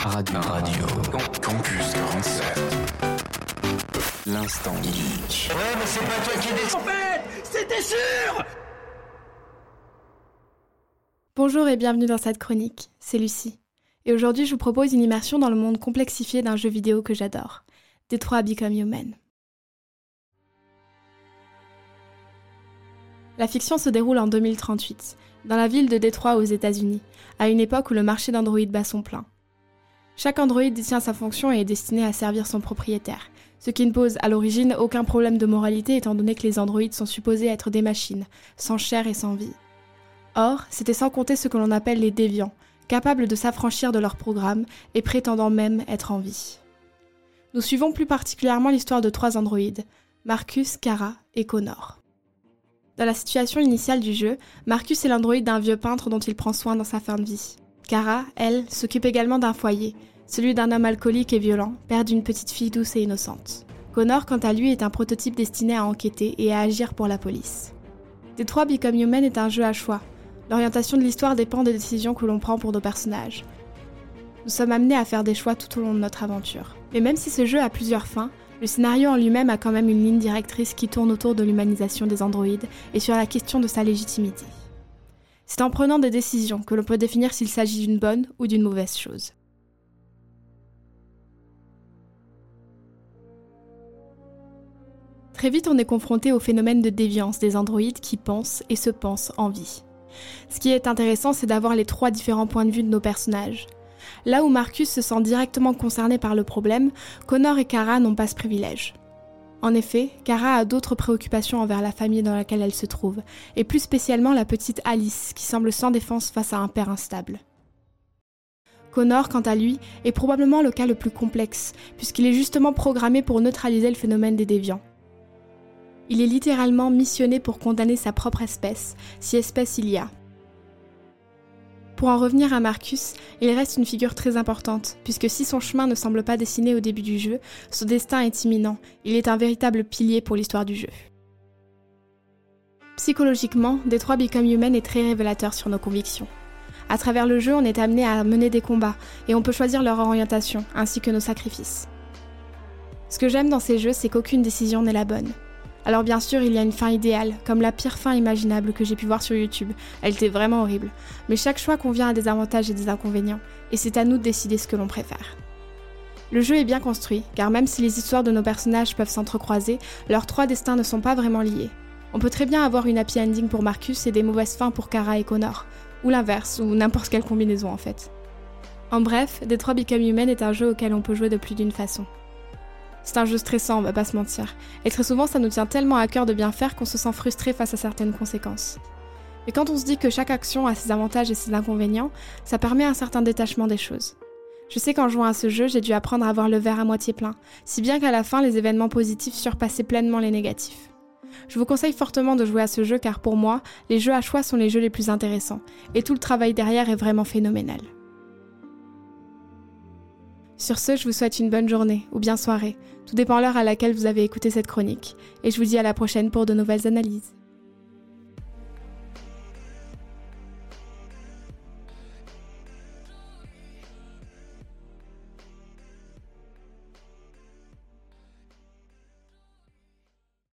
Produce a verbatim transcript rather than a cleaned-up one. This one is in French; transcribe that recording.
Radio. Radio. Campus quarante-sept. L'instant geek. Ouais, mais c'est pas toi qui décide. En fait, c'était sûr. Bonjour et bienvenue dans cette chronique, c'est Lucie. Et aujourd'hui, je vous propose une immersion dans le monde complexifié d'un jeu vidéo que j'adore, Detroit Become Human. La fiction se déroule en deux mille trente-huit, dans la ville de Détroit aux États-Unis, à une époque où le marché d'Android bat son plein. Chaque Android détient sa fonction et est destiné à servir son propriétaire, ce qui ne pose à l'origine aucun problème de moralité étant donné que les androïdes sont supposés être des machines, sans chair et sans vie. Or, c'était sans compter ce que l'on appelle les déviants, capables de s'affranchir de leur programme et prétendant même être en vie. Nous suivons plus particulièrement l'histoire de trois androïdes, Marcus, Kara et Connor. Dans la situation initiale du jeu, Marcus est l'androïde d'un vieux peintre dont il prend soin dans sa fin de vie. Kara, elle, s'occupe également d'un foyer, celui d'un homme alcoolique et violent, père d'une petite fille douce et innocente. Connor, quant à lui, est un prototype destiné à enquêter et à agir pour la police. Detroit Become Human est un jeu à choix. L'orientation de l'histoire dépend des décisions que l'on prend pour nos personnages. Nous sommes amenés à faire des choix tout au long de notre aventure. Mais même si ce jeu a plusieurs fins, le scénario en lui-même a quand même une ligne directrice qui tourne autour de l'humanisation des androïdes et sur la question de sa légitimité. C'est en prenant des décisions que l'on peut définir s'il s'agit d'une bonne ou d'une mauvaise chose. Très vite, on est confronté au phénomène de déviance des androïdes qui pensent et se pensent en vie. Ce qui est intéressant, c'est d'avoir les trois différents points de vue de nos personnages. Là où Marcus se sent directement concerné par le problème, Connor et Kara n'ont pas ce privilège. En effet, Kara a d'autres préoccupations envers la famille dans laquelle elle se trouve, et plus spécialement la petite Alice, qui semble sans défense face à un père instable. Connor, quant à lui, est probablement le cas le plus complexe, puisqu'il est justement programmé pour neutraliser le phénomène des déviants. Il est littéralement missionné pour condamner sa propre espèce, si espèce il y a. Pour en revenir à Marcus, il reste une figure très importante, puisque si son chemin ne semble pas dessiné au début du jeu, son destin est imminent, il est un véritable pilier pour l'histoire du jeu. Psychologiquement, Detroit Become Human est très révélateur sur nos convictions. À travers le jeu, on est amené à mener des combats, et on peut choisir leur orientation, ainsi que nos sacrifices. Ce que j'aime dans ces jeux, c'est qu'aucune décision n'est la bonne. Alors bien sûr, il y a une fin idéale, comme la pire fin imaginable que j'ai pu voir sur YouTube. Elle était vraiment horrible. Mais chaque choix convient à des avantages et des inconvénients, et c'est à nous de décider ce que l'on préfère. Le jeu est bien construit, car même si les histoires de nos personnages peuvent s'entrecroiser, leurs trois destins ne sont pas vraiment liés. On peut très bien avoir une happy ending pour Marcus et des mauvaises fins pour Kara et Connor, ou l'inverse, ou n'importe quelle combinaison en fait. En bref, Detroit Become Human est un jeu auquel on peut jouer de plus d'une façon. C'est un jeu stressant, on va pas se mentir, et très souvent ça nous tient tellement à cœur de bien faire qu'on se sent frustré face à certaines conséquences. Mais quand on se dit que chaque action a ses avantages et ses inconvénients, ça permet un certain détachement des choses. Je sais qu'en jouant à ce jeu, j'ai dû apprendre à voir le verre à moitié plein, si bien qu'à la fin, les événements positifs surpassaient pleinement les négatifs. Je vous conseille fortement de jouer à ce jeu car pour moi, les jeux à choix sont les jeux les plus intéressants, et tout le travail derrière est vraiment phénoménal. Sur ce, je vous souhaite une bonne journée, ou bien soirée, tout dépend l'heure à laquelle vous avez écouté cette chronique, et je vous dis à la prochaine pour de nouvelles analyses.